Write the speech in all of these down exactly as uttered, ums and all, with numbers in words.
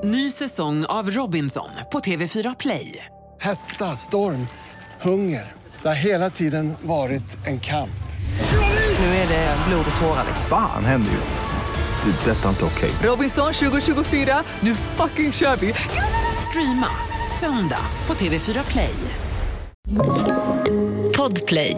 Ny säsong av Robinson på T V fyra Play. Hetta, storm, hunger. Det har hela tiden varit en kamp. Nu är det blod och tårar. Fan händer just det. Det är detta inte okej. Robinson tjugo tjugofyra, nu fucking kör vi. Streama söndag på T V fyra Play. Podplay.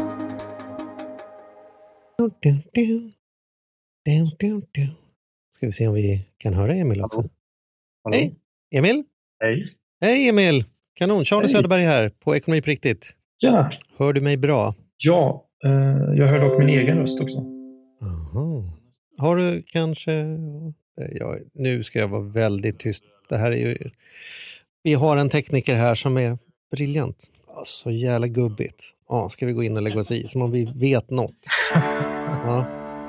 Ska vi se om vi kan höra Emil också. Hallå. Hallå. Hej, Emil. Hej. Hej Emil. Kanon, Charlie Hej. Söderberg här på Ekonomi på riktigt. Ja. Hör du mig bra? Ja, eh, jag hör dock min egen röst också. Aha. Har du kanske... Ja, nu ska jag vara väldigt tyst. Det här är ju... Vi har en tekniker här som är briljant. Så jävla gubbigt. Ja, ska vi gå in och lägga oss i som om vi vet något. Ja.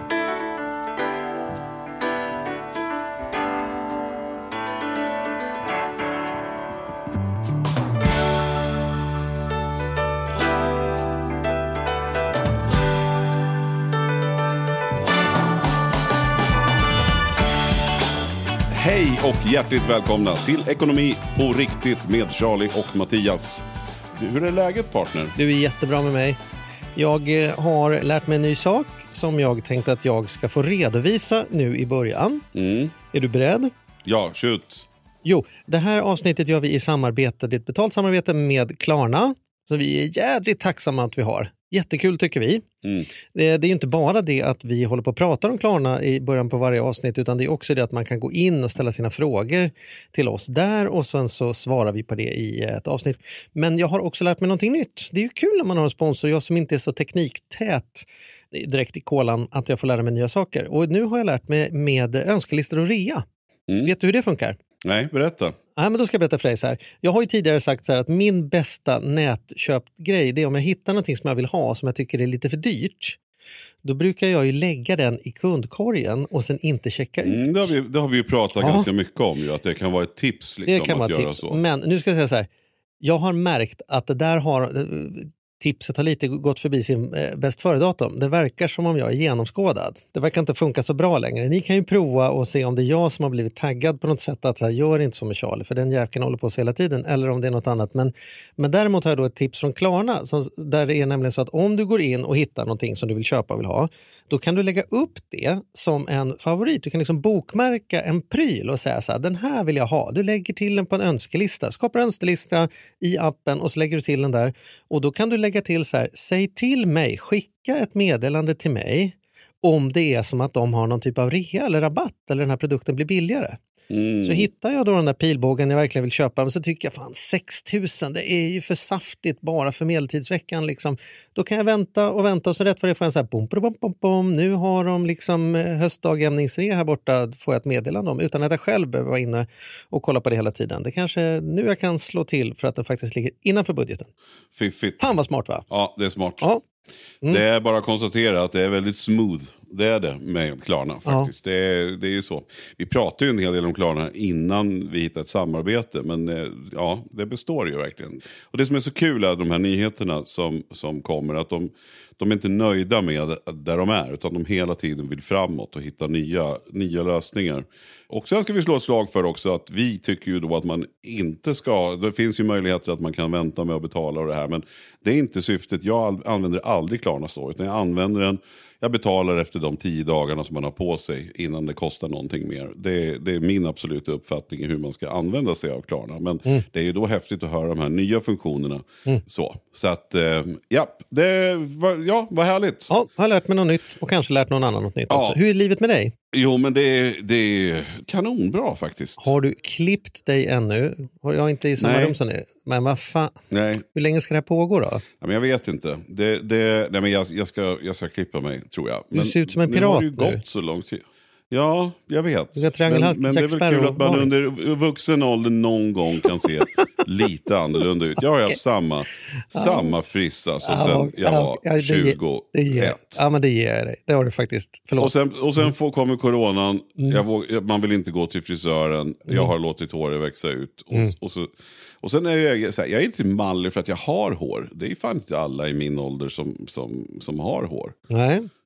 Hej och hjärtligt välkomna till Ekonomi på riktigt med Charlie och Mattias. Hur är läget, partner? Du är jättebra med mig. Jag eh, har lärt mig en ny sak som jag tänkte att jag ska få redovisa nu i början. Mm. Är du beredd? Ja, shoot. Jo, det här avsnittet gör vi i samarbete, det är ett betalt samarbete med Klarna. Så vi är jävligt tacksamma att vi har. Jättekul tycker vi. Mm. Det, det är ju inte bara det att vi håller på att prata om Klarna i början på varje avsnitt, utan det är också det att man kan gå in och ställa sina frågor till oss där och sen så svarar vi på det i ett avsnitt. Men jag har också lärt mig någonting nytt. Det är ju kul när man har en sponsor, jag som inte är så tekniktät direkt i kolan, att jag får lära mig nya saker. Och nu har jag lärt mig med önskelistor och rea. Mm. Vet du hur det funkar? Nej, berätta. Ja, men då ska jag berätta för dig så här. Jag har ju tidigare sagt så här att min bästa nätköpgrej, det är om jag hittar någonting som jag vill ha som jag tycker är lite för dyrt. Då brukar jag ju lägga den i kundkorgen och sen inte checka ut. Mm, det, har vi, det har vi ju pratat Ja. ganska mycket om ju, att det kan vara ett tips liksom, Det kan vara att ett göra tips. så. Men nu ska jag säga så här. Jag har märkt att det där har... Tipset har lite gått förbi sin eh, bäst före-datum. Det verkar som om jag är genomskådad. Det verkar inte funka så bra längre. Ni kan ju prova och se om det är jag som har blivit taggad på något sätt att så här, gör inte så med Charlie, för den jäkeln håller på sig hela tiden, eller om det är något annat. Men, men däremot har jag då ett tips från Klarna som, där det är nämligen så att om du går in och hittar någonting som du vill köpa och vill ha, då kan du lägga upp det som en favorit. Du kan liksom bokmärka en pryl och säga så här, den här vill jag ha. Du lägger till den på en önskelista. Skapar en önskelista i appen och så lägger du till den där. Och då kan du lägga till så här, säg till mig, skicka ett meddelande till mig om det är som att de har någon typ av rea eller rabatt eller den här produkten blir billigare. Mm. Så hittar jag då den där pilbågen jag verkligen vill köpa, men så tycker jag fan sex tusen, det är ju för saftigt bara för medeltidsveckan liksom. Då kan jag vänta och vänta och så rätt för det får jag så här bom, bom, bom, bom. Nu har de liksom höstdagjämningsrea här borta, får jag ett meddelande om utan att jag själv behöver vara inne och kolla på det hela tiden. Det kanske nu jag kan slå till för att den faktiskt ligger innanför budgeten. Fiffigt. Fan vad smart, va? Ja, det är smart. Ja. Mm. Det är bara att konstatera att det är väldigt smooth. Det är det med Klarna faktiskt. Ja. Det, är, det är ju så. Vi pratade ju en hel del om Klarna innan vi hittade ett samarbete. Men eh, ja, det består ju verkligen. Och det som är så kul är de här nyheterna som, som kommer. Att de, de är inte nöjda med där de är. Utan de hela tiden vill framåt och hitta nya, nya lösningar. Och sen ska vi slå ett slag för också att vi tycker ju då att man inte ska... Det finns ju möjligheter att man kan vänta med att betala och det här. Men det är inte syftet. Jag använder aldrig Klarna så. Utan jag använder den... Jag betalar efter de tio dagarna som man har på sig innan det kostar någonting mer. Det, det är min absoluta uppfattning i hur man ska använda sig av Klarna. Men mm. det är ju då häftigt att höra de här nya funktionerna. Mm. Så, så att, eh, ja, det var, ja, vad härligt. Ja, jag har lärt mig något nytt och kanske lärt någon annan något nytt ja. också. Hur är livet med dig? Jo, men det är, det är kanonbra faktiskt. Har du klippt dig ännu? Jag är inte i samma nej. rum som det. Men vad fan? Nej. Hur länge ska det här pågå då? Ja, men jag vet inte. Det, det, nej, men jag, jag, ska, jag ska klippa mig, tror jag. Men du ser ut som en pirat nu. Nu har det ju gått så lång tid. Ja, jag vet. Du ska men, men det är väl kul att man under vuxen ålder någon gång kan se lite annorlunda ut. Jag har haft samma, ja. samma frissa så ja, sen jag var ja, tjugoett. Det ger, ja, men det ger jag dig. Det har du faktiskt. Förlåt. Och sen, och sen får, kommer coronan. Mm. Jag våg, man vill inte gå till frisören. Mm. Jag har låtit håret växa ut. Och, mm. och, så, och sen är jag, så här, jag är inte mallig för att jag har hår. Det är fan inte alla i min ålder som, som, som har hår. Nej.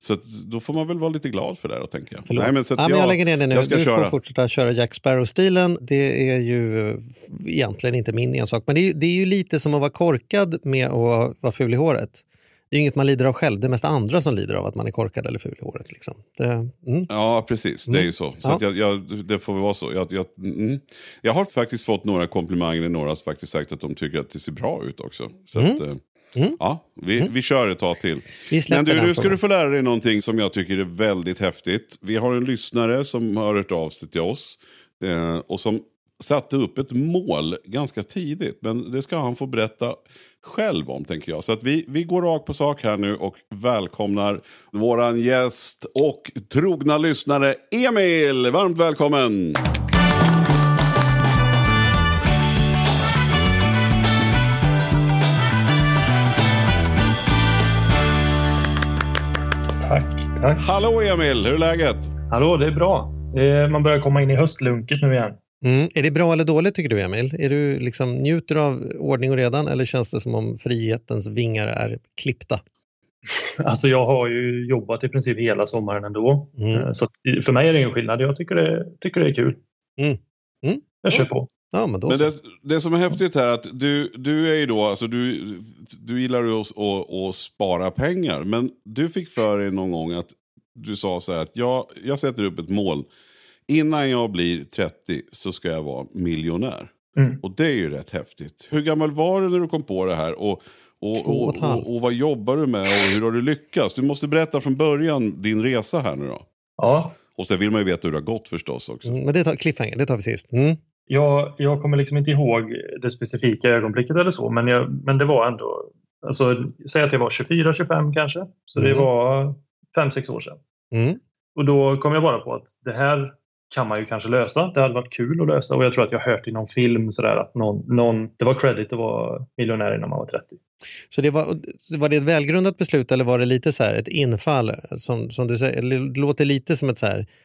Så att, då får man väl vara lite glad för det då, tänker jag. Förlåt. Nej, men så att ja, men jag lägger ner det nu. Jag ska du köra. får fortsätta köra Jack Sparrow-stilen. Det är ju egentligen inte min ensak. Men det är, det är ju lite som att vara korkad med att vara ful i håret. Det är inget man lider av själv. Det är mest andra som lider av att man är korkad eller ful i håret. Liksom. Det, mm. Ja, precis. Det är ju så. Så Ja. att jag, jag, det får väl vara så. Jag, jag, mm. jag har faktiskt fått några komplimanger. Några har faktiskt sagt att de tycker att det ser bra ut också. Så Mm. att, eh, Mm. ja, vi, Mm. vi kör ett tag till. Vi släpper Men du, den nu ska frågan. du få lära dig någonting som jag tycker är väldigt häftigt. Vi har en lyssnare som har hört av sig till oss. Eh, och som satte upp ett mål ganska tidigt. Men det ska han få berätta själv om, tänker jag. Så att vi, vi går rakt på sak här nu och välkomnar våran gäst och trogna lyssnare Emil. Varmt välkommen! Tack, tack. Hallå Emil, hur är läget? Hallå, det är bra. Eh, Man börjar komma in i höstlunket nu igen. Mm. Är det bra eller dåligt tycker du, Emil? Är du liksom njuter av ordning och redan eller känns det som om frihetens vingar är klippta? Alltså jag har ju jobbat i princip hela sommaren ändå. Mm. Eh, Så att för mig är det ingen skillnad. Jag tycker det, tycker det är kul. Mm. Mm. Jag kör på. Ja, men då Men så. det, det som är häftigt här är att du, du är ju då, alltså du, du gillar ju att, att, att spara pengar. Men du fick för dig någon gång att du sa så här att jag, jag sätter upp ett mål. Innan jag blir trettio så ska jag vara miljonär. Mm. Och det är ju rätt häftigt. Hur gammal var du när du kom på det här? Och, och, Två och och, ett halvt. och, och vad jobbar du med? Och hur har du lyckats? Du måste berätta från början din resa här nu då. Ja, Och sen vill man ju veta hur det har gått förstås också. Mm, men det tar cliffhanger, det tar vi sist. Mm. jag, jag kommer liksom inte ihåg det specifika ögonblicket eller så. Men, jag, men det var ändå... Alltså, säg att jag var tjugofyra tjugofem kanske. Så det Mm. var fem sex år sedan. Mm. Och då kom jag bara på att det här kan man ju kanske lösa. Det hade varit kul att lösa. Och jag tror att jag har hört i någon film sådär att någon, någon, det var credit att vara miljonär innan man var trettio. Så det var, var det ett välgrundat beslut eller var det lite så här ett infall som, som du säger, det låter lite som ett så här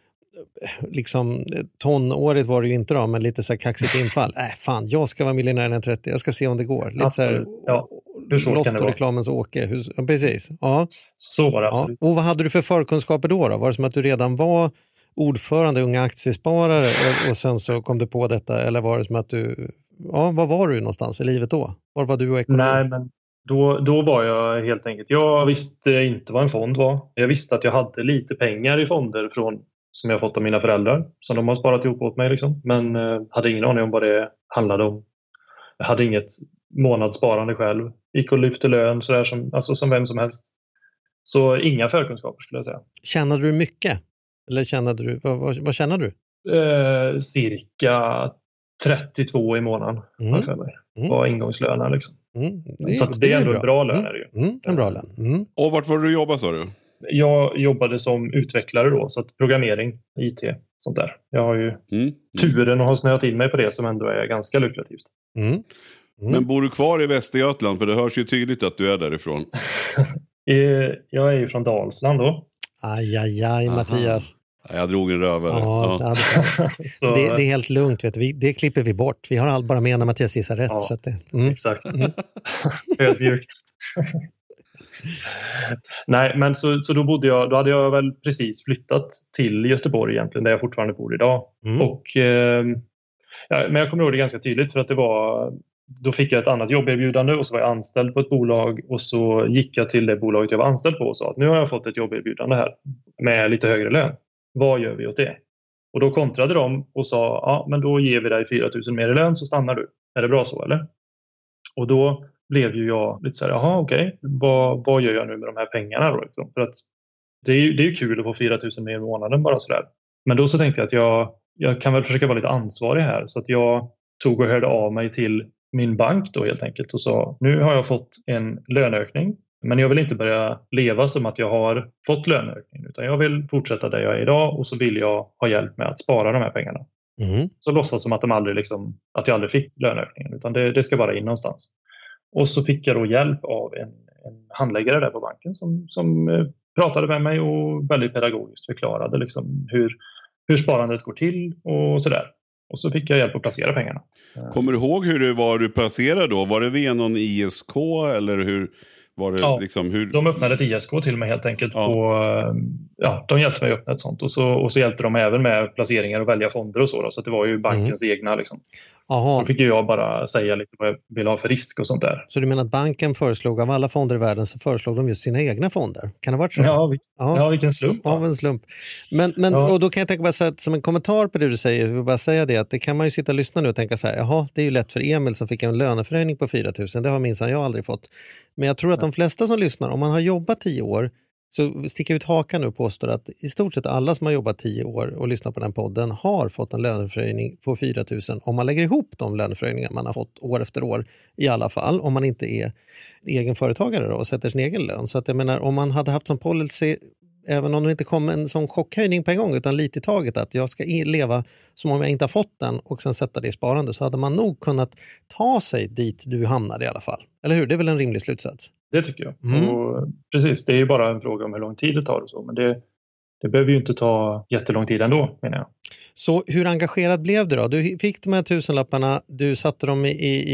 liksom tonåret var det ju inte då, men lite så här kaxigt infall. Äh, fan, jag ska vara miljonär när trettio. Jag ska se om det går. Lite så här, Absolut. Ja, hur svårt kan det vara? Lotto-reklamens Åke. Hur, ja, precis. Ja. Så var det Ja. absolut. Och vad hade du för förkunskaper då, då? Var det som att du redan var ordförande, unga aktiesparare och, och sen så kom du på detta? Eller var det som att du... Ja, var var du någonstans i livet då? Var var du och ekonomi? Nej, men då, då var jag helt enkelt... Jag visste inte vad en fond var. Jag visste att jag hade lite pengar i fonder från, som jag fått av mina föräldrar. Som de har sparat ihop åt mig. Liksom. Men eh, hade ingen aning om vad det handlade om. Jag hade inget månadssparande själv. Gick och lyfte lön sådär som, alltså som vem som helst. Så inga förkunskaper skulle jag säga. Kände du mycket? Eller kände du... Vad, vad, vad kände du? Eh, cirka trettiotvå i månaden Mm. har jag för mig. Mm. Var ingångslönen liksom. Mm. Så att det är ändå bra. en bra lön Mm. är det ju. Mm. En bra lön. Mm. Och vart var du jobba sa du? Jag jobbade som utvecklare då, så att programmering, I T, sånt där. Jag har ju Mm. Mm. turen att ha snöat in mig på det som ändå är ganska lukrativt. Mm. Mm. Men bor du kvar i Västergötland? För det hörs ju tydligt att du är därifrån. Eh, Jag är ju från Dalsland då. Aj, aj, aj, Aha. Mattias. Jag drog en rövare. Ja, Ja. det, hade, Så, det, det är helt lugnt. Vet du. Vi, det klipper vi bort. Vi har allt bara med när Mattias gissar rätt. Ja. Så att det, mm. Exakt. Ödmjukt. Nej, men så, så då bodde jag, då hade jag väl precis flyttat till Göteborg egentligen, där jag fortfarande bor idag. Mm. Och, eh, ja, men jag kommer ihåg det ganska tydligt för att det var, då fick jag ett annat jobberbjudande och så var jag anställd på ett bolag och så gick jag till det bolaget jag var anställd på och sa att nu har jag fått ett jobberbjudande här med lite högre lön. Vad gör vi åt det? Och då kontrade de och sa, ja men då ger vi dig fyra tusen mer i lön så stannar du. Är det bra så eller? Och då blev ju jag lite så här, jaha okej, okay. vad, vad gör jag nu med de här pengarna då? Liksom? För att det är ju det är ju kul att få fyra tusen mer i månaden bara sådär. Men då så tänkte jag att jag, jag kan väl försöka vara lite ansvarig här. Så att jag tog och hörde av mig till min bank då helt enkelt och sa, nu har jag fått en löneökning. Men jag vill inte börja leva som att jag har fått löneökning. Utan jag vill fortsätta där jag är idag och så vill jag ha hjälp med att spara de här pengarna. Mm. Så låtsas som att, de aldrig liksom, att jag aldrig fick löneökningen. Utan det, det ska vara in någonstans. Och så fick jag då hjälp av en, en handläggare där på banken som, som eh, pratade med mig och väldigt pedagogiskt förklarade liksom hur, hur sparandet går till och sådär. Och så fick jag hjälp att placera pengarna. Kommer du ihåg hur det var du placerade då? Var det via någon I S K eller hur? Var det ja, liksom hur... de öppnade ett I S K till mig helt enkelt. Ja. På, ja, de hjälpte mig att öppna ett sånt. Och så, och så hjälpte de även med placeringar och välja fonder och så. Då, så att det var ju bankens mm. egna. Liksom. Så fick jag bara säga lite vad jag vill ha för risk och sånt där. Så du menar att banken föreslog, av alla fonder i världen så föreslog de just sina egna fonder? Kan det ha varit så? Ja, vil- ja. ja vilken slump. Ja, en slump. Men, men ja. Och då kan jag tänka bara så att, som en kommentar på det du säger, jag vill bara säga det att det kan man ju sitta och lyssna nu och tänka så här, jaha, det är ju lätt för Emil som fick en löneförhöjning på fyra tusen, det har minsann jag aldrig fått. Men jag tror att de flesta som lyssnar, om man har jobbat tio år, så sticker ut hakan nu och påstår att i stort sett alla som har jobbat tio år och lyssnat på den podden har fått en löneförhöjning på fyra tusen om man lägger ihop de löneförhöjningar man har fått år efter år i alla fall, om man inte är egenföretagare då och sätter sin egen lön. Så att jag menar, om man hade haft som policy, även om det inte kom en sån chockhöjning på en gång utan lite i taget, att jag ska leva som om jag inte har fått den och sen sätta det i sparande, så hade man nog kunnat ta sig dit du hamnade i alla fall. Eller hur? Det är väl en rimlig slutsats? Det tycker jag. Mm. Och precis, det är ju bara en fråga om hur lång tid det tar och så. Men det, det behöver ju inte ta jättelång tid ändå, menar jag. Så hur engagerad blev du då? Du fick de här tusenlapparna, du satte dem i,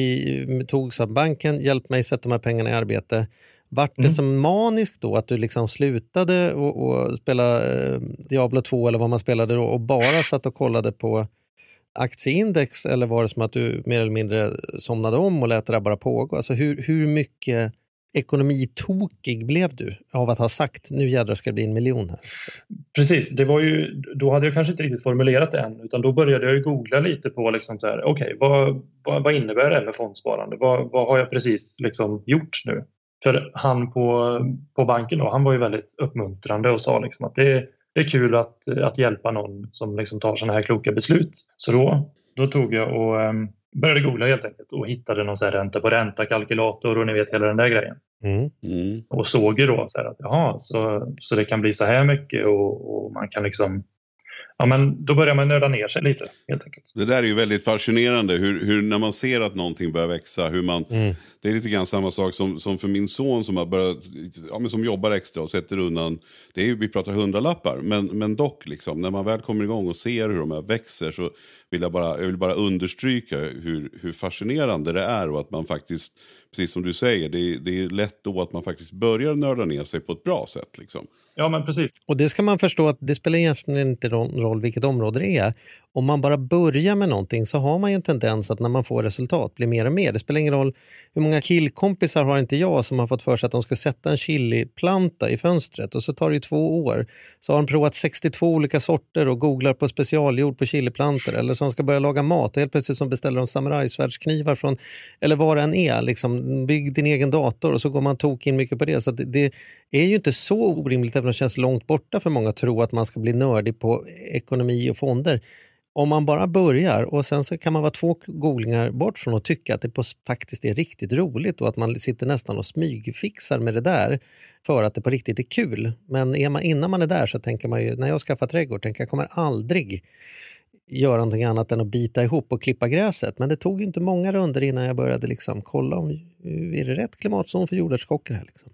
i, i tog så banken, hjälp mig sätta de här pengarna i arbete. Vart det mm. som maniskt då att du liksom slutade och, och spela eh, Diablo två eller vad man spelade då och bara satt och kollade på aktieindex, eller var det som att du mer eller mindre somnade om och lät det bara pågå? Alltså hur, hur mycket ekonomitokig blev du av att ha sagt nu jädrar ska det bli en miljon här? Precis, det var ju, då hade jag kanske inte riktigt formulerat det än, utan då började jag ju googla lite på liksom så här, okej, okay, vad, vad, vad innebär det med fondsparande? Vad, vad har jag precis liksom gjort nu? För han på, på banken då, han var ju väldigt uppmuntrande och sa liksom att det, det är kul att, att hjälpa någon som liksom tar sådana här kloka beslut. Så då, då tog jag och um, började googla helt enkelt och hittade någon så här ränta på ränta-kalkylator och ni vet hela den där grejen. Mm. Mm. Och såg ju då så här att jaha, så, så det kan bli så här mycket och, och man kan liksom, ja men då börjar man nörda ner sig lite helt enkelt. Det där är ju väldigt fascinerande hur, hur när man ser att någonting börjar växa, hur man, mm. det är lite grann samma sak som, som för min son som har börjat, ja, men som jobbar extra och sätter undan, det är ju, vi pratar hundralappar, men, men dock liksom, när man väl kommer igång och ser hur de här växer så vill jag bara, jag vill bara understryka hur, hur fascinerande det är och att man faktiskt, precis som du säger, det, det är lätt då att man faktiskt börjar nörda ner sig på ett bra sätt liksom. Ja, men precis. Och det ska man förstå att det spelar egentligen inte roll vilket område det är. Om man bara börjar med någonting så har man ju en tendens att när man får resultat blir mer och mer. Det spelar ingen roll hur många killkompisar har inte jag som har fått för sig att de ska sätta en chiliplanta i fönstret och så tar det ju två år. Så har de provat sextiotvå olika sorter och googlar på specialjord på chiliplantor, eller som ska börja laga mat och helt plötsligt som beställer de samurajsvärdsknivar från, eller vad det än är, liksom bygg din egen dator och så går man tok in mycket på det. Så det, det är ju inte så orimligt, även om det känns långt borta för många att tro att man ska bli nördig på ekonomi och fonder. Om man bara börjar och sen så kan man vara två googlingar bort från att tycka att det på, faktiskt är riktigt roligt och att man sitter nästan och smygfixar med det där för att det på riktigt är kul. Men är man, innan man är där så tänker man ju, när jag skaffar trädgård, tänker jag kommer aldrig göra någonting annat än att bita ihop och klippa gräset. Men det tog ju inte många runder innan jag började liksom kolla om är det rätt klimatzon för jordärtskockor här liksom.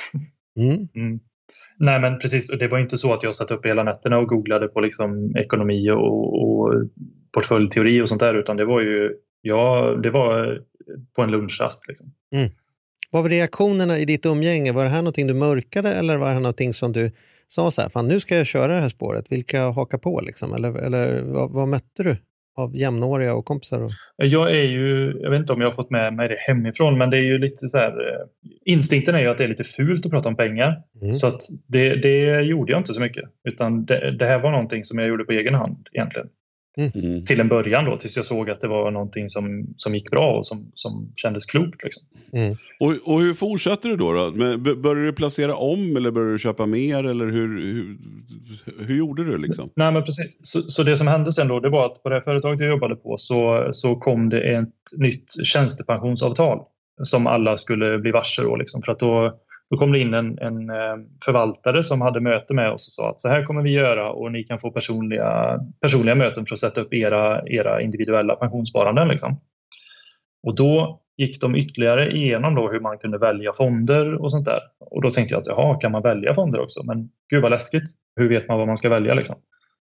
Mm. Mm. Nej men precis, och det var inte så att jag satt upp hela nätterna och googlade på liksom ekonomi och, och portföljteori och sånt där, utan det var ju, ja, det var på en lunchrast liksom. Mm. Vad var reaktionerna i ditt umgänge? Var det här någonting du mörkade eller var det här någonting som du sa så här, fan nu ska jag köra det här spåret, vilka hakar på liksom? Eller, eller vad, vad mötte du av jämnåriga och kompisar? Och... Jag är ju, jag vet inte om jag har fått med mig det hemifrån, men det är ju lite så här, instinkten är ju att det är lite fult att prata om pengar. Mm. Så att det, det gjorde jag inte så mycket, utan det, det här var någonting som jag gjorde på egen hand egentligen. Mm. Till en början då, tills jag såg att det var någonting som, som gick bra och som, som kändes klokt liksom. Mm. Och, och hur fortsatte du då? då? Men, började du placera om eller började du köpa mer eller hur, hur, hur gjorde du liksom? Nej men precis, så, så det som hände sen då, det var att på det här företaget jag jobbade på så, så kom det ett nytt tjänstepensionsavtal som alla skulle bli varse då liksom, för att då Då kom det in en, en förvaltare som hade möte med oss och sa att så här kommer vi göra och ni kan få personliga, personliga möten för att sätta upp era, era individuella pensionssparanden. Liksom. Och då gick de ytterligare igenom då hur man kunde välja fonder och sånt där. Och då tänkte jag att jaha, kan man välja fonder också? Men gud vad läskigt, hur vet man vad man ska välja liksom?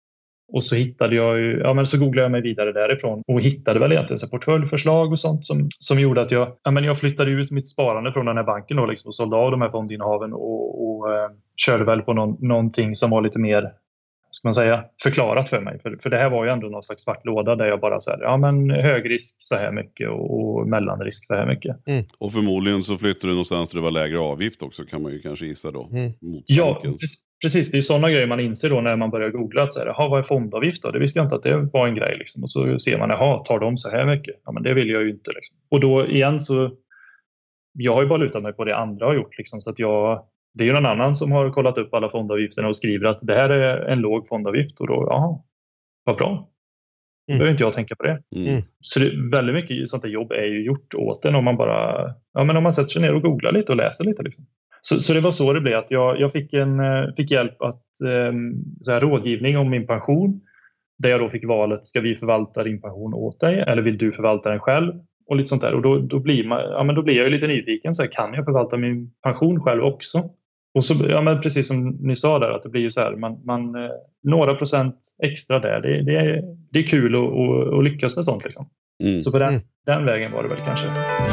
Och så hittade jag ju, ja men så googlade jag mig vidare därifrån och hittade väl egentligen så portföljförslag och sånt som, som gjorde att jag, ja men jag flyttade ut mitt sparande från den här banken då liksom och sålde av de här fondinnehaven och, och eh, körde väl på någon, någonting som var lite mer, ska man säga, förklarat för mig. För, för det här var ju ändå någon slags svart låda där jag bara säger, ja men hög risk så här mycket och, och mellanrisk så här mycket. Mm. Och förmodligen så flyttade du någonstans där det var lägre avgift också, kan man ju kanske gissa då. Mm. Mot ja, bankens. Precis. Det är sådana grejer man inser då när man börjar googla. Att säga, vad är fondavgift då? Det visste jag inte att det var en grej. Liksom. Och så ser man, jaha, tar de så här mycket? Ja, men det vill jag ju inte. Liksom. Och då igen så, jag har ju bara lutat mig på det andra har gjort. Liksom, så att jag, det är ju någon annan som har kollat upp alla fondavgifterna och skriver att det här är en låg fondavgift. Och då, jaha, vad bra. Då behöver inte jag tänka på det. Mm. Så det, väldigt mycket sånt där jobb är ju gjort åt en om man bara, ja men om man sätter sig ner och googlar lite och läser lite liksom. Så, så det var så det blev att jag, jag fick, en, fick hjälp att eh, så här, rådgivning om min pension. Där jag då fick valet, ska vi förvalta din pension åt dig eller vill du förvalta den själv? Och lite sånt där. Och då, då, blir, man, ja, men då blir jag ju lite nyfiken. Så här, kan jag förvalta min pension själv också? Och så, ja, men precis som ni sa där, att det blir ju så här, man, man, eh, några procent extra där. Det, det, är, det är kul att, att, att lyckas med sånt liksom. Mm. Så på den, mm. den vägen var det väl kanske.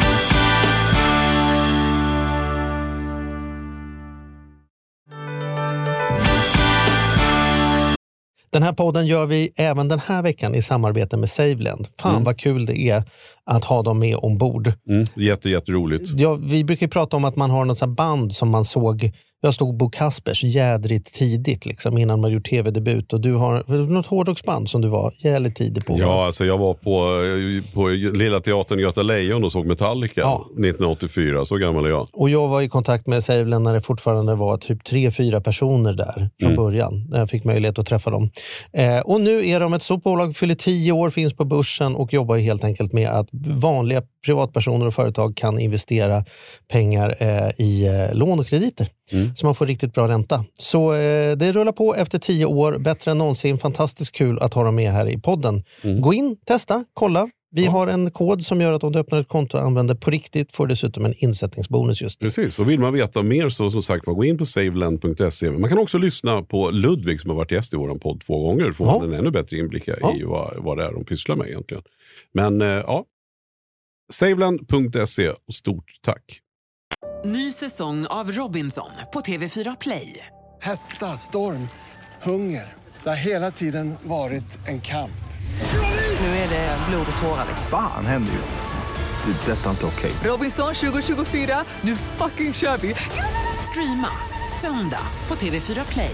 Den här podden gör vi även den här veckan i samarbete med SaveLend. Fan mm. vad kul det är att ha dem med ombord. Mm, jätte, jätteroligt. Ja, vi brukar ju prata om att man har något sånt band som man såg. Jag stod Bo Kaspers jädrigt tidigt liksom, innan man gjorde tv-debut. Och du har något hårdrocksband som du var jävligt tidig på. Ja, alltså jag var på, på Lilla Teatern Göta Lejon och såg Metallica ja. nittonhundraåttiofyra, så gammal är jag. Och jag var i kontakt med SaveLend när det fortfarande var typ tre, fyra personer där från mm. början. När jag fick möjlighet att träffa dem. Eh, och nu är de ett stort bolag, fyller tio år, finns på börsen och jobbar helt enkelt med att vanliga privatpersoner och företag kan investera pengar eh, i eh, lån och krediter. Mm. Så man får riktigt bra ränta. Så eh, det rullar på efter tio år. Bättre än någonsin. Fantastiskt kul att ha dem med här i podden. Mm. Gå in, testa, kolla. Vi ja. har en kod som gör att om du öppnar ett konto och använder på riktigt får du dessutom en insättningsbonus just. Precis, och vill man veta mer så som sagt, gå in på saveland punkt se. Man kan också lyssna på Ludvig som har varit gäst i vår podd två gånger. Får ja. man en ännu bättre inblick ja. i vad, vad det är de pysslar med egentligen. Men eh, ja, saveland punkt se och stort tack. Ny säsong av Robinson på T V fyra Play. Hetta, storm, hunger. Det har hela tiden varit en kamp. Nu är det blod och tårar. Fan händer just det. Det är detta inte okej. Okay. Robinson tjugo tjugofyra, nu fucking kör vi. Streama söndag på T V fyra Play.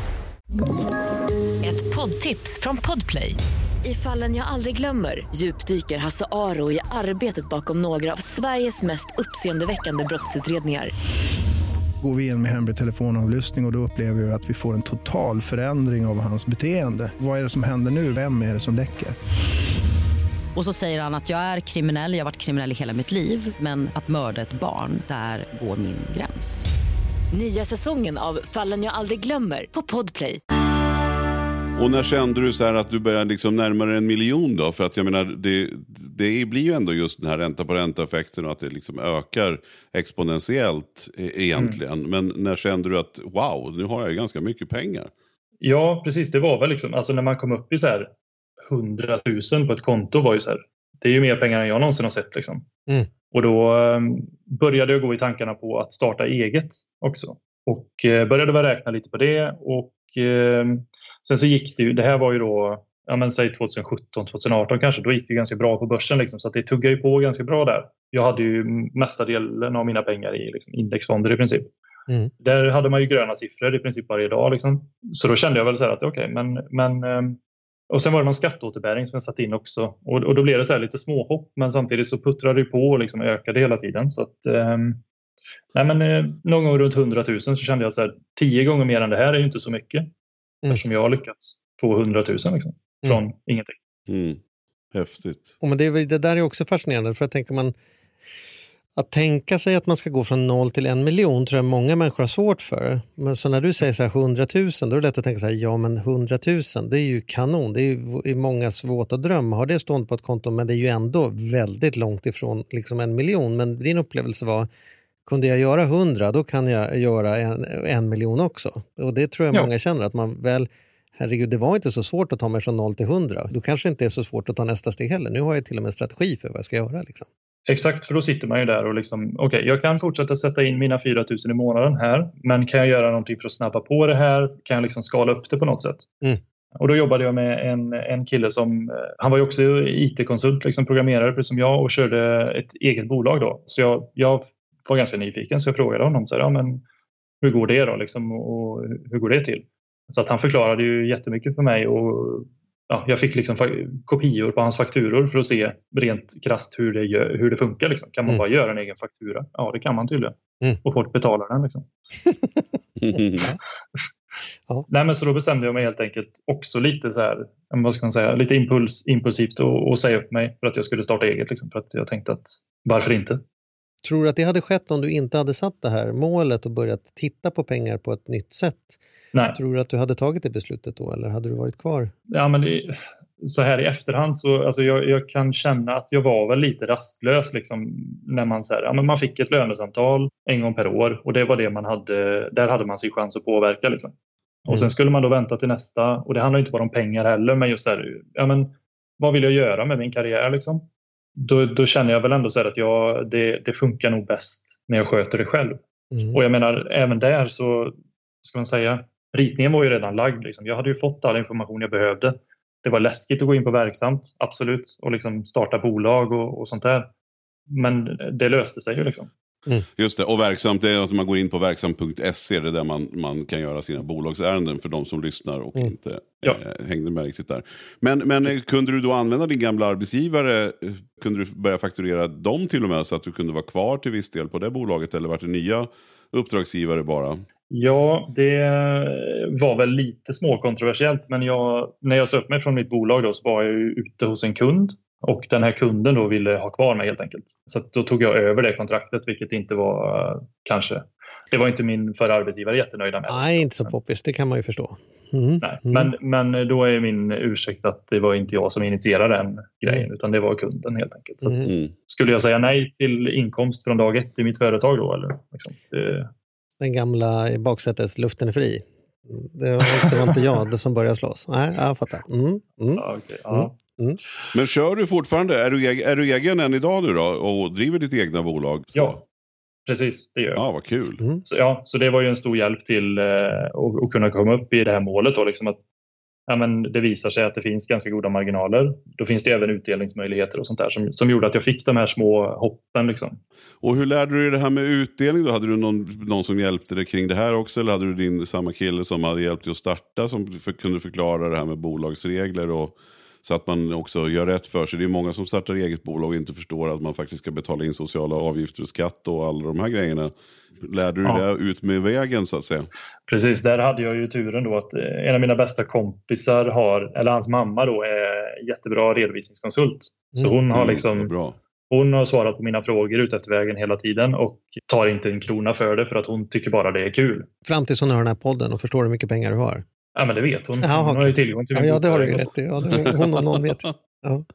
Ett poddtips från Podplay. I Fallen jag aldrig glömmer djupdyker Hasse Aro i arbetet bakom några av Sveriges mest uppseendeväckande brottsutredningar. Går vi in med hemlig telefonavlyssning och, och då upplever vi att vi får en total förändring av hans beteende. Vad är det som händer nu? Vem är det som läcker? Och så säger han att jag är kriminell, jag har varit kriminell i hela mitt liv. Men att mörda ett barn, där går min gräns. Nya säsongen av Fallen jag aldrig glömmer på Podplay. Och när kände du så här att du började liksom närmare en miljon då? För att jag menar, det, det blir ju ändå just den här ränta på ränta-effekten och att det liksom ökar exponentiellt egentligen. Mm. Men när kände du att wow, nu har jag ju ganska mycket pengar? Ja, precis. Det var väl liksom, alltså när man kom upp i så här hundratusen på ett konto var ju så här, det är ju mer pengar än jag någonsin har sett liksom. Mm. Och då um, började jag gå i tankarna på att starta eget också. Och uh, började väl räkna lite på det och uh, sen så gick det ju, det här var ju då, ja men säg tjugosjutton tjugoarton kanske, då gick det ganska bra på börsen liksom, så att det tuggade ju på ganska bra där. Jag hade ju mesta delen av mina pengar i liksom, indexfonder i princip. Mm. Där hade man ju gröna siffror i princip varje dag liksom. Så då kände jag väl så här att okej, okay, men, men och sen var det någon skatteåterbäring som jag satt in också. Och, och då blev det så här lite småhopp, men samtidigt så puttrade det på och liksom ökade hela tiden. Så att, um, nej men någon gång runt hundratusen så kände jag att så här, tio gånger mer än det här är ju inte så mycket. Mm. Eftersom jag har lyckats få hundratusen liksom, från mm. ingenting. Mm. Häftigt. Och men det, det där är också fascinerande, för att tänker man att tänka sig att man ska gå från noll till en miljon tror jag många människor har svårt för. Men så när du säger så här hundratusen, då är det lätt att tänka så här, ja men hundratusen, det är ju kanon. Det är ju i många svårt att drömma. Har det stått på ett konto, men det är ju ändå väldigt långt ifrån liksom en miljon. Men din upplevelse var, kunde jag göra hundra, då kan jag göra en, en miljon också. Och det tror jag ja. många känner, att man väl herregud, det var inte så svårt att ta mig från noll till hundra. Då kanske inte är så svårt att ta nästa steg heller. Nu har jag till och med en strategi för vad jag ska göra. Liksom. Exakt, för då sitter man ju där och liksom, okej, okay, jag kan fortsätta sätta in mina fyra tusen i månaden här, men kan jag göra någonting för att snabba på det här? Kan jag liksom skala upp det på något sätt? Mm. Och då jobbade jag med en, en kille som, han var ju också I T-konsult, liksom programmerare precis som jag och körde ett eget bolag då. Så jag, jag var ganska nyfiken så jag frågade honom så här, ja men hur går det då liksom, och hur går det till? Så att han förklarade ju jättemycket för mig och ja, jag fick liksom kopior på hans fakturor för att se rent krasst hur det, gör, hur det funkar. Liksom. Kan man mm. bara göra en egen faktura? Ja, det kan man tydligen. Mm. Och folk betalar den. Liksom. mm. ja. Nej, men så då bestämde jag mig helt enkelt också lite så här, vad ska man säga, lite impuls, impulsivt och, och säga upp mig för att jag skulle starta eget. Liksom, för att jag tänkte att varför inte? Tror du att det hade skett om du inte hade satt det här målet och börjat titta på pengar på ett nytt sätt? Nej. Tror du att du hade tagit det beslutet då eller hade du varit kvar? Ja, men det, så här i efterhand så alltså jag, jag kan känna att jag var väl lite rastlös liksom, när man så här, ja, men man fick ett lönesamtal en gång per år och det var det man hade, där hade man sin chans att påverka liksom. Och mm. sen skulle man då vänta till nästa och det handlar inte bara om pengar heller men just så här, ja men vad vill jag göra med min karriär liksom? Då, då känner jag väl ändå så här att jag, det, det funkar nog bäst när jag sköter det själv. Mm. Och jag menar även där så ska man säga ritningen var ju redan lagd. Liksom. Jag hade ju fått all information jag behövde. Det var läskigt att gå in på Verksamt, absolut. Och liksom starta bolag och, och sånt där. Men det löste sig ju liksom. Mm. Just det, och Verksamt, det är att man går in på verksamt punkt se. Det är där man, man kan göra sina bolagsärenden för de som lyssnar och mm. inte ja. eh, hängde med riktigt där. Men, men kunde du då använda din gamla arbetsgivare? Kunde du börja fakturera dem till och med så att du kunde vara kvar till viss del på det bolaget? Eller var det nya uppdragsgivare bara? Ja, det var väl lite småkontroversiellt men jag, när jag sa upp mig från mitt bolag då så var jag ju ute hos en kund och den här kunden då ville ha kvar mig helt enkelt. Så att då tog jag över det kontraktet vilket inte var kanske, det var inte min förra arbetsgivare jättenöjda med. Nej, inte så poppis, det kan man ju förstå. Mm. Nej, mm. men, men då är min ursäkt att det var inte jag som initierade den grejen mm. utan det var kunden helt enkelt. Så att, mm. skulle jag säga nej till inkomst från dag ett i mitt företag då? Eller, liksom, det, den gamla baksätets luften är fri. Det var, det var inte jag det som började slåss. Nej, jag fattar. Mm, mm, ja, okay, ja. Mm, mm. Men kör du fortfarande? Är du, är du egen än idag nu då? Och driver ditt egna bolag? Så. Ja, precis. Det gör jag. Ja, vad kul. Mm. Så, ja, så det var ju en stor hjälp till eh, att, att kunna komma upp i det här målet. Då, liksom att, ja, men det visar sig att det finns ganska goda marginaler. Då finns det även utdelningsmöjligheter och sånt där som, som gjorde att jag fick de här små hoppen. Liksom. Och hur lärde du dig det här med utdelning då? Hade du någon, någon som hjälpte dig kring det här också? Eller hade du din samma kille som hade hjälpt dig att starta som för, kunde förklara det här med bolagsregler och så att man också gör rätt för sig? Det är många som startar eget bolag och inte förstår att man faktiskt ska betala in sociala avgifter och skatt och alla de här grejerna. Lärde du ja. det ut med vägen så att säga? Precis, där hade jag ju turen då att en av mina bästa kompisar har, eller hans mamma då är jättebra redovisningskonsult. Så hon har liksom mm, bra. Hon har svarat på mina frågor ut efter vägen hela tiden och tar inte en krona för det för att hon tycker bara det är kul. Fram tills hon hör den här podden och förstår hur mycket pengar du har. Ja, men det vet hon. Jaha, hon har ju tillgång till ja, ja, det har du rätt. Ja, det, hon och någon vet. Ja. Nej,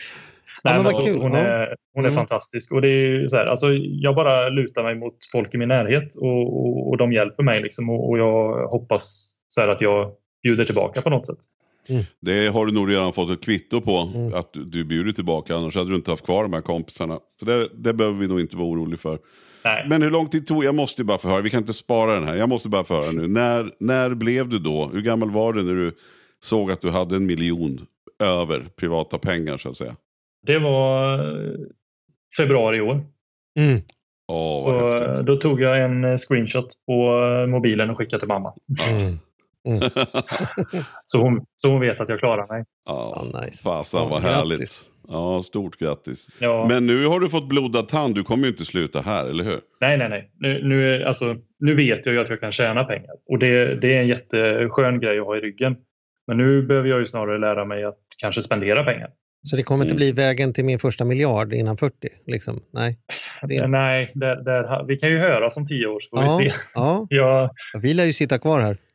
ja, men vad alltså, kul. Hon är, hon är mm. fantastisk. Och det är så här, alltså, jag bara lutar mig mot folk i min närhet och, och, och de hjälper mig. Liksom, och, och jag hoppas så här, att jag bjuder tillbaka på något sätt. Mm. Det har du nog redan fått ett kvitto på mm. att du bjuder tillbaka. Annars hade du inte haft kvar de här kompisarna. Så det, det behöver vi nog inte vara oroliga för. Nej. Men hur lång tid tog, jag måste bara förhöra, vi kan inte spara den här, jag måste bara förhöra nu. När, när blev du då? Hur gammal var du när du såg att du hade en miljon över privata pengar så att säga? Det var februari i år. Mm. Oh, vad häftigt. Då tog jag en screenshot på mobilen och skickade till mamma. Mm. Mm. så, hon, så hon vet att jag klarar mig. Ja, oh, nice. Fasen oh, vad grattis. härligt. Ja, stort grattis. Ja. Men nu har du fått blodad tand, du kommer ju inte sluta här, eller hur? Nej, nej, nej. Nu, nu, alltså, nu vet jag ju att jag kan tjäna pengar. Och det, det är en jätteskön grej att ha i ryggen. Men nu behöver jag ju snarare lära mig att kanske spendera pengar. Så det kommer inte bli vägen till min första miljard innan fyrtio? Liksom. Nej, det... Nej där, där, vi kan ju höra som tio år så får ja, vi se. Ja. jag... Vi lär ju sitta kvar här.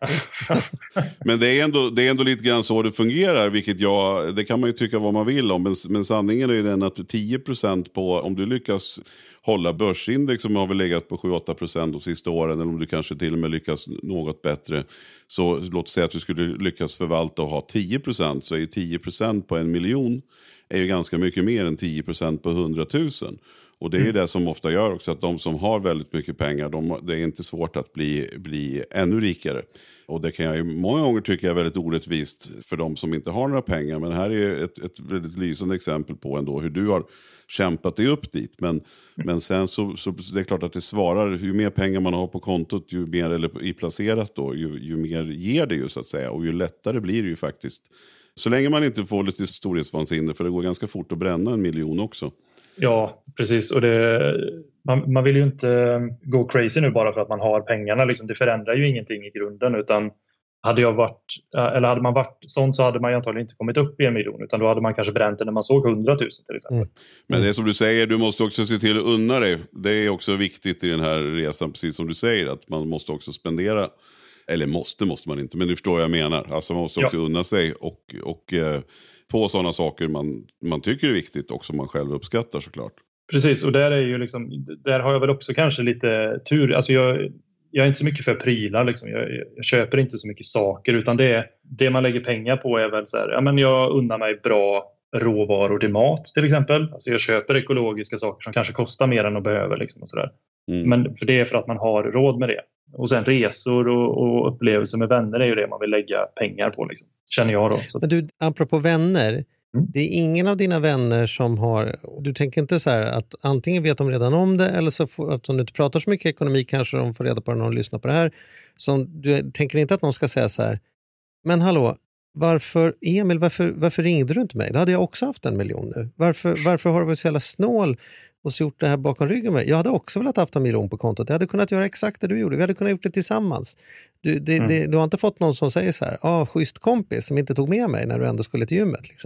Men det är, ändå, det är ändå lite grann så det fungerar, vilket jag, det kan man ju tycka vad man vill om, men, men sanningen är ju den att tio procent på, om du lyckas hålla börsindex som har väl legat på sju till åtta procent de sista åren, eller om du kanske till och med lyckas något bättre, så låt säga att du skulle lyckas förvalta och ha tio procent, så är ju tio procent på en miljon är ju ganska mycket mer än tio procent på hundratusen. Och det är ju mm. det som ofta gör också att de som har väldigt mycket pengar, de, det är inte svårt att bli, bli ännu rikare. Och det kan jag ju många gånger tycka är väldigt orättvist för de som inte har några pengar. Men här är ett, ett väldigt lysande exempel på ändå hur du har kämpat dig upp dit. Men, mm. men sen så, så det är klart att det svarar, ju mer pengar man har på kontot, ju mer, eller i placerat då, ju, ju mer ger det ju så att säga. Och ju lättare blir det ju faktiskt. Så länge man inte får lite storhetsvansinne, för det går ganska fort att bränna en miljon också. Ja, precis. Och det, man, man vill ju inte gå crazy nu bara för att man har pengarna. Liksom, det förändrar ju ingenting i grunden. Utan hade, jag varit, eller hade man varit sånt så hade man ju antagligen inte kommit upp i en miljon. Utan då hade man kanske bränt det när man såg hundratusen till exempel. Mm. Men det är som du säger, du måste också se till att unna dig. Det är också viktigt i den här resan, precis som du säger. Att man måste också spendera. Eller måste, måste man inte. Men du förstår vad jag menar. Alltså man måste också ja. unna sig och... och eh, på sådana saker man, man tycker är viktigt och som man själv uppskattar såklart. Precis, och där är ju liksom, där har jag väl också kanske lite tur. Alltså jag, jag är inte så mycket för prylar liksom. jag, jag köper inte så mycket saker, utan det, det man lägger pengar på är väl så här, ja men jag unnar mig bra råvaror till mat till exempel. Alltså jag köper ekologiska saker som kanske kostar mer än de behöver liksom och sådär. Mm. Men för det är för att man har råd med det. Och sen resor och, och upplevelser med vänner är ju det man vill lägga pengar på liksom. Känner jag då. Så. Men du, apropå vänner, mm. det är ingen av dina vänner som har, du tänker inte så här att antingen vet de redan om det, eller så får, eftersom du inte pratar så mycket ekonomi kanske de får reda på det när de lyssnar på det här. Så du tänker inte att någon ska säga så här, men hallå, varför Emil, varför, varför ringde du inte mig? Då hade jag också haft en miljon nu. Varför, varför har du varit så jävla snål och så gjort det här bakom ryggen med? Jag hade också velat haft en miljon på kontot. Jag hade kunnat göra exakt det du gjorde. Vi hade kunnat gjort det tillsammans. Du, det, mm. det, du har inte fått någon som säger så här, ah, schysst kompis som inte tog med mig när du ändå skulle till gymmet liksom.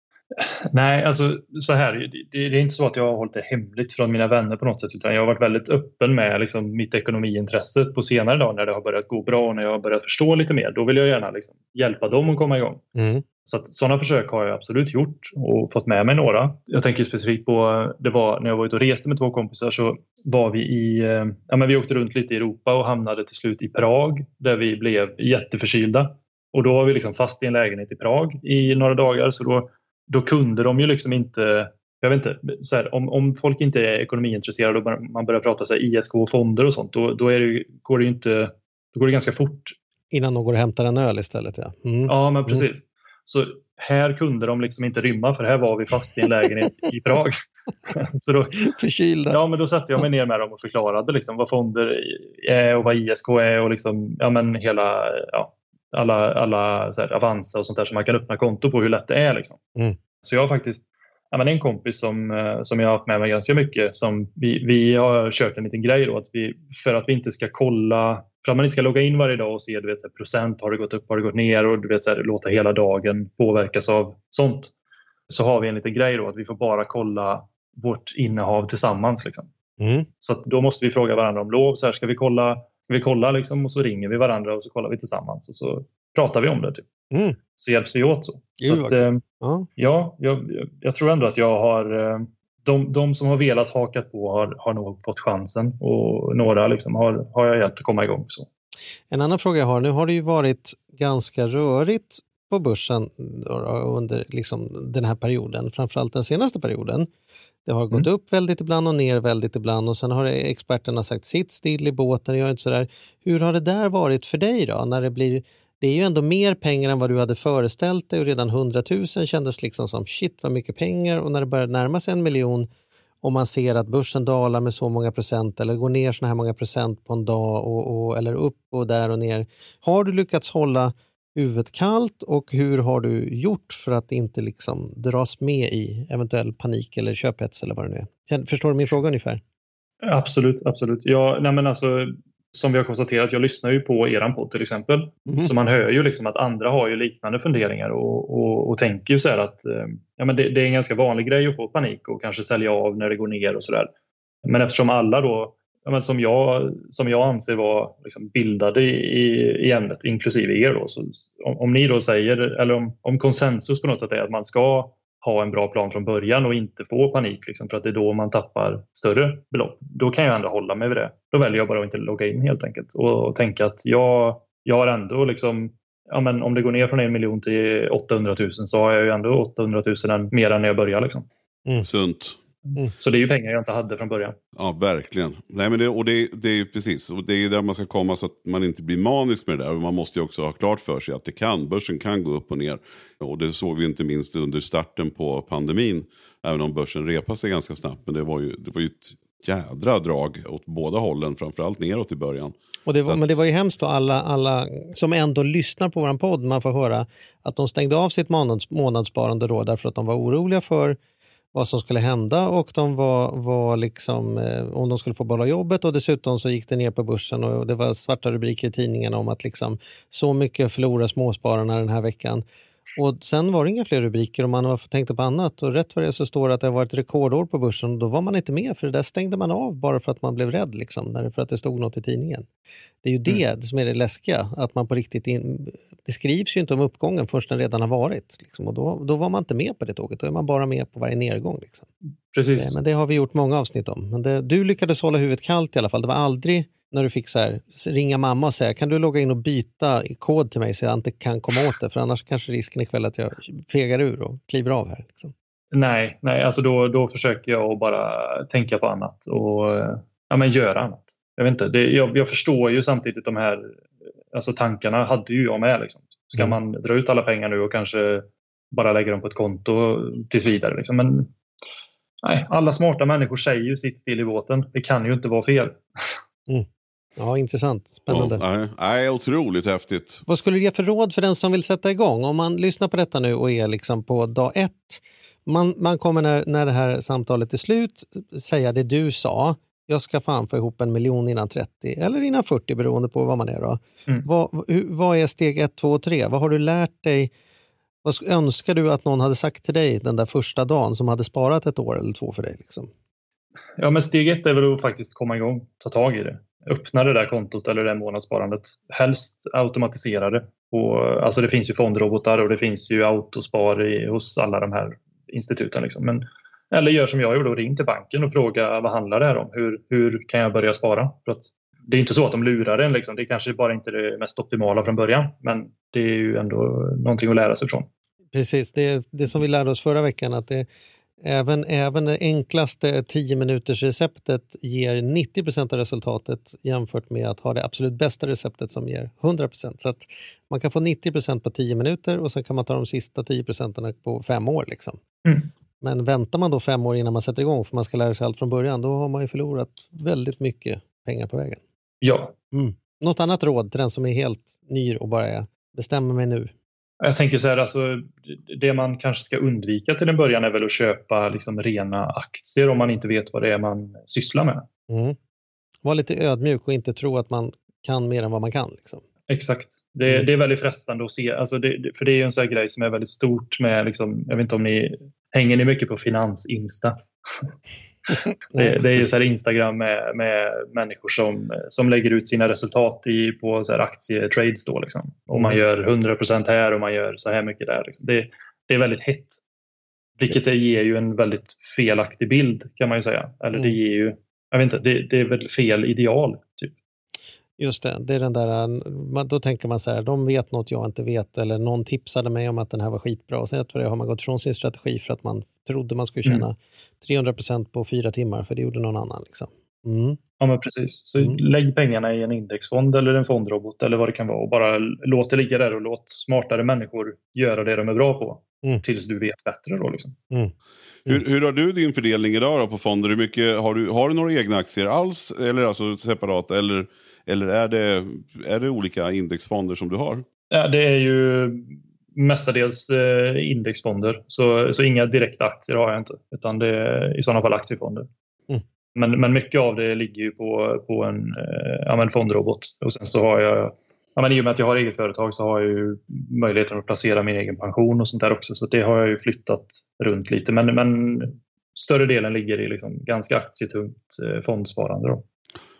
Nej, alltså så här, det, det är inte så att jag har hållit det hemligt från mina vänner på något sätt, utan jag har varit väldigt öppen med liksom, mitt ekonomiintresse på senare dag när det har börjat gå bra och när jag har börjat förstå lite mer. Då vill jag gärna liksom, hjälpa dem att komma igång. Mm. Så att, sådana försök har jag absolut gjort och fått med mig några. Jag tänker specifikt på, det var när jag var ute och reste med två kompisar, så var vi i, ja men vi åkte runt lite i Europa och hamnade till slut i Prag där vi blev jätteförkylda. Och då var vi liksom fast i en lägenhet i Prag i några dagar, så då Då kunde de ju liksom inte, jag vet inte, så här, om, om folk inte är ekonomiintresserade och man börjar prata så här, I S K och fonder och sånt, då, då är det, går det ju inte, då går det ganska fort. Innan de går och hämtar en öl istället, ja. Mm. Ja, men precis. Mm. Så här kunde de liksom inte rymma, för här var vi fast i en lägenhet i Prag. Så då, förkylda. Ja, men då satte jag mig ner med dem och förklarade liksom vad fonder är och vad I S K är och liksom, ja men hela, ja. alla, alla så här, Avanza och sånt där som man kan öppna konto på, hur lätt det är liksom. Mm. Så jag har faktiskt ja, men en kompis som, som jag har haft med mig ganska mycket, som vi, vi har kört en liten grej då, att vi, för att vi inte ska kolla, för att man inte ska logga in varje dag och se, du vet, så här, procent, har det gått upp, har det gått ner, och du vet, så här, låta hela dagen påverkas av sånt, så har vi en liten grej då, att vi får bara kolla vårt innehav tillsammans liksom. Mm. Så att då måste vi fråga varandra om lov, så här, ska vi kolla Ska vi kolla liksom, och så ringer vi varandra och så kollar vi tillsammans och så pratar vi om det typ. Mm. Så hjälps vi åt så. så att, eh, ja, ja jag, jag tror ändå att jag har eh, de, de som har velat haka på har, har nog fått chansen, och några liksom har, har jag hjälpt att komma igång så. En annan fråga jag har, nu har det ju varit ganska rörigt på börsen under liksom den här perioden, framförallt den senaste perioden. Det har gått mm. upp väldigt ibland och ner väldigt ibland, och sen har experterna sagt sitt still i båten, gör inte sådär. Hur har det där varit för dig då? När det blir, det är ju ändå mer pengar än vad du hade föreställt dig, och redan hundratusen kändes liksom som shit vad mycket pengar, och när det börjar närma sig en miljon och man ser att börsen dalar med så många procent eller går ner så här många procent på en dag och, och, eller upp och där och ner. Har du lyckats hålla huvudet kallt, och hur har du gjort för att inte liksom dras med i eventuell panik eller köphets eller vad det nu är? Förstår du min fråga ungefär? Absolut, absolut. Ja, nej men alltså, som vi har konstaterat, jag lyssnar ju på eran podd till exempel. Mm. Så man hör ju liksom att andra har ju liknande funderingar och, och, och tänker ju så här att ja, men det, det är en ganska vanlig grej att få panik och kanske sälja av när det går ner och sådär. Men eftersom alla då ja, men som, jag, som jag anser var liksom bildade i, i ämnet, inklusive er. Då. Så, om, om ni då säger, eller om, om konsensus på något sätt är att man ska ha en bra plan från början och inte få panik liksom, för att det är då man tappar större belopp. Då kan jag ändå hålla mig vid det. Då väljer jag bara att inte logga in helt enkelt. Och, och tänka att jag, jag har ändå liksom, ja, men om det går ner från en miljon till åttahundratusen så har jag ju ändå åttahundratusen mer än när jag börjar. Liksom. Mm. Sunt. Mm. Så det är ju pengar jag inte hade från början. Ja, verkligen. Nej, men det, och det, det är ju precis. Och det är ju där man ska komma så att man inte blir manisk med det där. Och man måste ju också ha klart för sig att det kan, börsen kan gå upp och ner. Och det såg vi inte minst under starten på pandemin. Även om börsen repade sig ganska snabbt. Men det var ju, det var ju ett jädra drag åt båda hållen. Framförallt neråt i början. Och det var, att, men det var ju hemskt då, alla, alla som ändå lyssnar på våran podd, man får höra att de stängde av sitt månads, månadssparande då därför att de var oroliga för vad som skulle hända och de var, var liksom, eh, om de skulle få behålla jobbet, och dessutom så gick det ner på börsen och det var svarta rubriker i tidningen om att liksom så mycket förlorar småspararna den här veckan. Och sen var det inga fler rubriker och man tänkte på annat, och rätt för det så står det att det har varit rekordår på börsen, och då var man inte med, för det där stängde man av bara för att man blev rädd liksom, för att det stod något i tidningen. Det är ju det mm. som är det läskiga, att man på riktigt in, det skrivs ju inte om uppgången först den redan har varit liksom, och då, då var man inte med på det tåget, då är man bara med på varje nedgång liksom. Precis. Men det har vi gjort många avsnitt om, men det, du lyckades hålla huvudet kallt i alla fall. Det var aldrig när du fick så här, ringa mamma och säga, kan du logga in och byta kod till mig så jag inte kan komma åt det, för annars kanske risken är kväll att jag fegar ur och kliver av här liksom. Nej, nej, alltså då, då försöker jag bara tänka på annat och ja, men göra annat. Jag vet inte, det, jag, jag förstår ju samtidigt de här, alltså tankarna hade ju jag med liksom. Ska mm. man dra ut alla pengar nu och kanske bara lägga dem på ett konto tills vidare liksom. Men nej, alla smarta människor säger ju sitt still i båten. Det kan ju inte vara fel. Mm. Ja, intressant. Spännande. Ja, nej, nej, otroligt häftigt. Vad skulle du ge för råd för den som vill sätta igång? Om man lyssnar på detta nu och är liksom på dag ett. Man, man kommer när, när det här samtalet är slut säga det du sa. Jag ska fan få ihop en miljon innan trettio eller innan fyrtio, beroende på vad man är då. Mm. Vad, hur, vad är steg ett, två och tre? Vad har du lärt dig? Vad önskar du att någon hade sagt till dig den där första dagen som hade sparat ett år eller två för dig liksom? Ja, men steg ett är väl att faktiskt komma igång, ta tag i det. Öppna det där kontot eller det månadssparandet. Helst automatisera det. Och, alltså det finns ju fondrobotar och det finns ju autospar i, hos alla de här instituten. Liksom. Men, eller gör som jag gjorde och ring till banken och fråga vad handlar det här om? Hur, hur kan jag börja spara? För att det är inte så att de lurar en. Liksom. Det är kanske bara inte det mest optimala från början. Men det är ju ändå någonting att lära sig från. Precis, det är det som vi lärde oss förra veckan, att det Även, även det enklaste tio minuters receptet ger nittio procent av resultatet jämfört med att ha det absolut bästa receptet som ger hundra procent. Så att man kan få nittio procent på tio minuter och sen kan man ta de sista tio procenten på fem år. Liksom. Mm. Men väntar man då fem år innan man sätter igång för man ska lära sig allt från början, då har man ju förlorat väldigt mycket pengar på vägen. Ja. Mm. Något annat råd till den som är helt ny och bara är, bestämmer mig nu? Jag tänker så här, alltså, det man kanske ska undvika till en början är väl att köpa liksom rena aktier om man inte vet vad det är man sysslar med. Mm. Var lite ödmjuk och inte tro att man kan mer än vad man kan. Liksom. Exakt. Det, mm. det är väldigt frestande att se. Alltså det, för det är ju en sån här grej som är väldigt stort med, liksom, jag vet inte om ni hänger ni mycket på finansinsta. det, det är ju så här Instagram med, med människor som, som lägger ut sina resultat i, på så här aktietrades då liksom. Och man gör hundra procent här och man gör så här mycket där. Liksom. Det, det är väldigt hett. Vilket det ger ju en väldigt felaktig bild kan man ju säga. Eller det ger ju, jag vet inte, det, det är väl fel ideal typ. Just det, det är den där, då tänker man så här, de vet något jag inte vet, eller någon tipsade mig om att den här var skitbra, och sen för det har man gått från sin strategi för att man trodde man skulle tjäna mm. trehundra procent på fyra timmar, för det gjorde någon annan liksom. Mm. Ja men precis, så mm. lägg pengarna i en indexfond eller en fondrobot eller vad det kan vara och bara låt det ligga där och låt smartare människor göra det de är bra på mm. tills du vet bättre då liksom. Mm. Mm. Hur, hur har du din fördelning idag då på fonder? Hur mycket, har, du, har du några egna aktier alls eller alltså separat eller Eller är det, är det olika indexfonder som du har? Ja, det är ju mestadels eh, indexfonder. Så, så inga direkta aktier har jag inte. Utan det är i sådana fall aktiefonder. Mm. Men, men mycket av det ligger ju på, på en, eh, ja, en fondrobot. Och sen så har jag, ja, men i och med att jag har eget företag så har jag ju möjligheten att placera min egen pension och sånt där också. Så det har jag ju flyttat runt lite. Men, men större delen ligger i liksom ganska aktietungt eh, fondsparande då.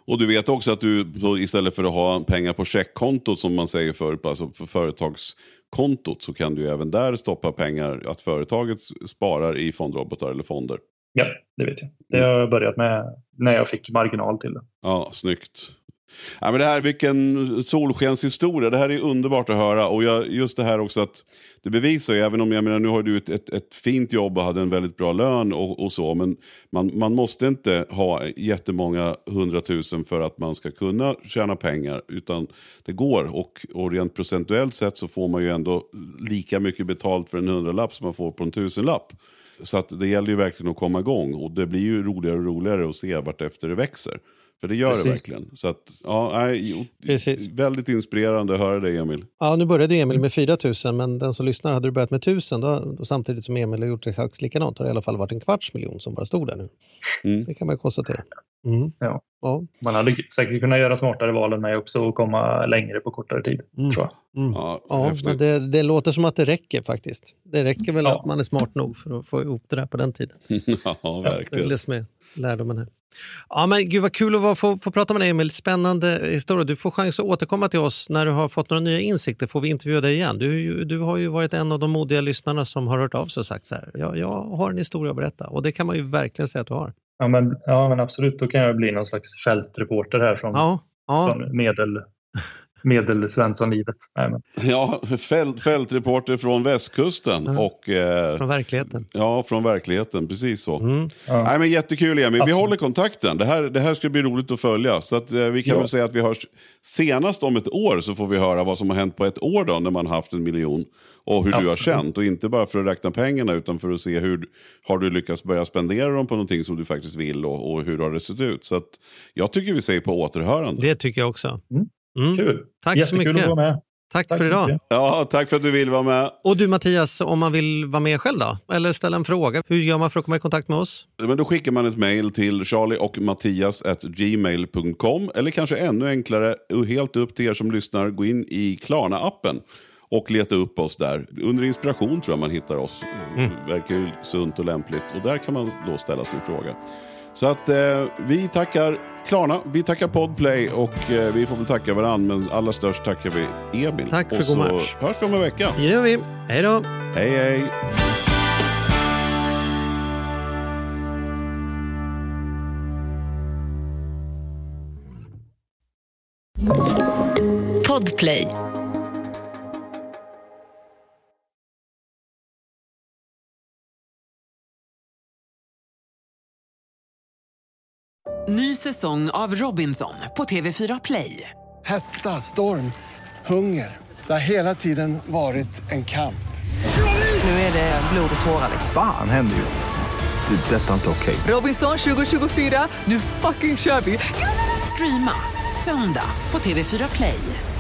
Och du vet också att du istället för att ha pengar på checkkontot som man säger för, alltså på företagskontot, så kan du även där stoppa pengar att företaget sparar i fondrobotar eller fonder. Ja, det vet jag. Det har jag börjat med när jag fick marginal till det. Ja, snyggt. Ja, men det här, vilken solskenshistoria. Det här är underbart att höra. Och jag, just det här också att det bevisar ju, även om jag menar nu har du ett, ett, ett fint jobb och hade en väldigt bra lön och, och så. Men man, man måste inte ha jättemånga hundratusen för att man ska kunna tjäna pengar. Utan det går. Och, och rent procentuellt sett så får man ju ändå lika mycket betalt för en hundralapp som man får på en tusenlapp. Så att det gäller ju verkligen att komma igång. Och det blir ju roligare och roligare att se vart efter det växer. För det gör Precis. det verkligen. Så att, ja, nej, Precis. väldigt inspirerande att höra dig, Emil. Ja, nu började Emil med fyra tusen, men den som lyssnar, hade du börjat med tusen då, då samtidigt som Emil har gjort det högst likadant, har det i alla fall varit en kvarts miljon som bara stod där nu. Mm. Det kan man konstatera. Mm. Ja. Ja. Man hade säkert kunnat göra smartare valen med också och komma längre på kortare tid, mm. tror jag. Mm. Ja, ja, men det, det låter som att det räcker faktiskt. Det räcker väl ja. att man är smart nog för att få ihop det där på den tiden. Ja, verkligen. Det är det som är lärdomen här. Ja, men gud vad kul att få, få prata med dig, Emil. Spännande historia. Du får chans att återkomma till oss när du har fått några nya insikter. Får vi intervjua dig igen. Du, du har ju varit en av de modiga lyssnarna som har hört av sig och sagt så här. Ja, jag har en historia att berätta. Och det kan man ju verkligen säga att du har. Ja, men, ja, men absolut. Då kan jag bli någon slags fältreporter här från, ja, ja. från medel... medelsvenssonlivet. Nej, men. Ja, fält, fältreporter från västkusten. Mm. Och, eh, från verkligheten. Ja, från verkligheten. Precis så. Mm. Ja. Nej, men jättekul, Emil. Vi håller kontakten. Det här, det här ska bli roligt att följa. Så att, eh, vi kan ja. väl säga att vi hörs senast om ett år, så får vi höra vad som har hänt på ett år då, när man haft en miljon. Och hur Absolut. du har känt. Och inte bara för att räkna pengarna, utan för att se hur har du lyckats börja spendera dem på någonting som du faktiskt vill, och, och hur har det sett ut. Så att, jag tycker vi säger på återhörande. Det tycker jag också. Mm. Mm. Kul. Tack Jättekul så mycket. Att vara med. Tack, tack för idag. Mycket. Ja, tack för att du vill vara med. Och du, Mattias, om man vill vara med själv då? Eller ställa en fråga. Hur gör man för att komma i kontakt med oss? Men då skickar man ett mejl till charlie och mattias at gmail punkt com. Eller kanske ännu enklare, och helt upp till er som lyssnar, gå in i Klarna-appen och leta upp oss där. Under inspiration tror jag man hittar oss. Mm. Det verkar ju sunt och lämpligt. Och där kan man då ställa sin fråga. Så att eh, vi tackar Klarna, vi tackar Podplay, och eh, vi får väl tacka varandra, men allra störst tackar vi Emil. Tack för och god match. Så hörs vi om en vecka. Det gör vi. Hej då. Hej hej. Podplay. Ny säsong av Robinson på T V fyra Play. Hetta, storm, hunger. Det har hela tiden varit en kamp. Nu är det blod och tårar. Fan händer just det. Det är detta inte okej. Robinson tjugo tjugofyra, nu fucking kör vi. Streama söndag på T V fyra Play.